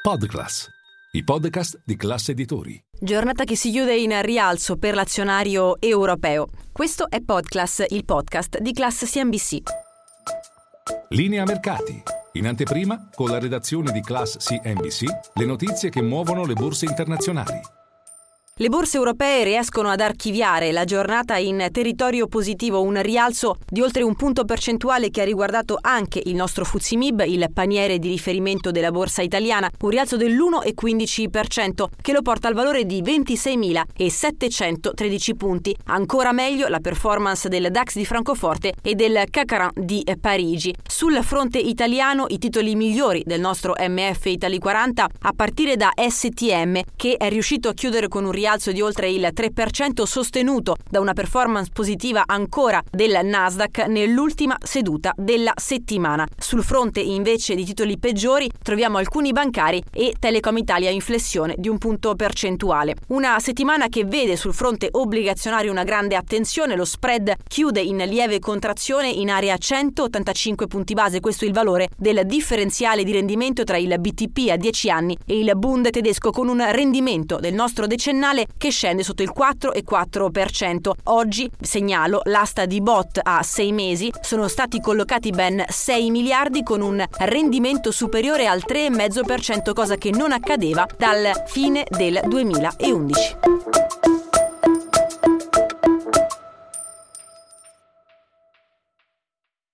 Podclass, i podcast di Class Editori. Giornata che si chiude in rialzo per l'azionario europeo. Questo è Podclass, il podcast di Class CNBC. Linea mercati. In anteprima, con la redazione di Class CNBC, le notizie che muovono le borse internazionali. Le borse europee riescono ad archiviare la giornata in territorio positivo, un rialzo di oltre un punto percentuale che ha riguardato anche il nostro FTSE MIB, il paniere di riferimento della borsa italiana, un rialzo dell'1,15% che lo porta al valore di 26.713 punti. Ancora meglio la performance del DAX di Francoforte e del CAC di Parigi. Sul fronte italiano i titoli migliori del nostro MF Italy 40, a partire da STM, che è riuscito a chiudere con un rialzo di oltre il 3% sostenuto da una performance positiva ancora del Nasdaq nell'ultima seduta della settimana. Sul fronte invece di titoli peggiori troviamo alcuni bancari e Telecom Italia in flessione di un punto percentuale. Una settimana che vede sul fronte obbligazionario una grande attenzione, lo spread chiude in lieve contrazione in area 185 punti base, questo è il valore del differenziale di rendimento tra il BTP a 10 anni e il Bund tedesco, con un rendimento del nostro decennale che scende sotto il 4,4%. Oggi, segnalo, l'asta di BOT a 6 mesi sono stati collocati ben 6 miliardi con un rendimento superiore al 3,5%, cosa che non accadeva dal fine del 2011.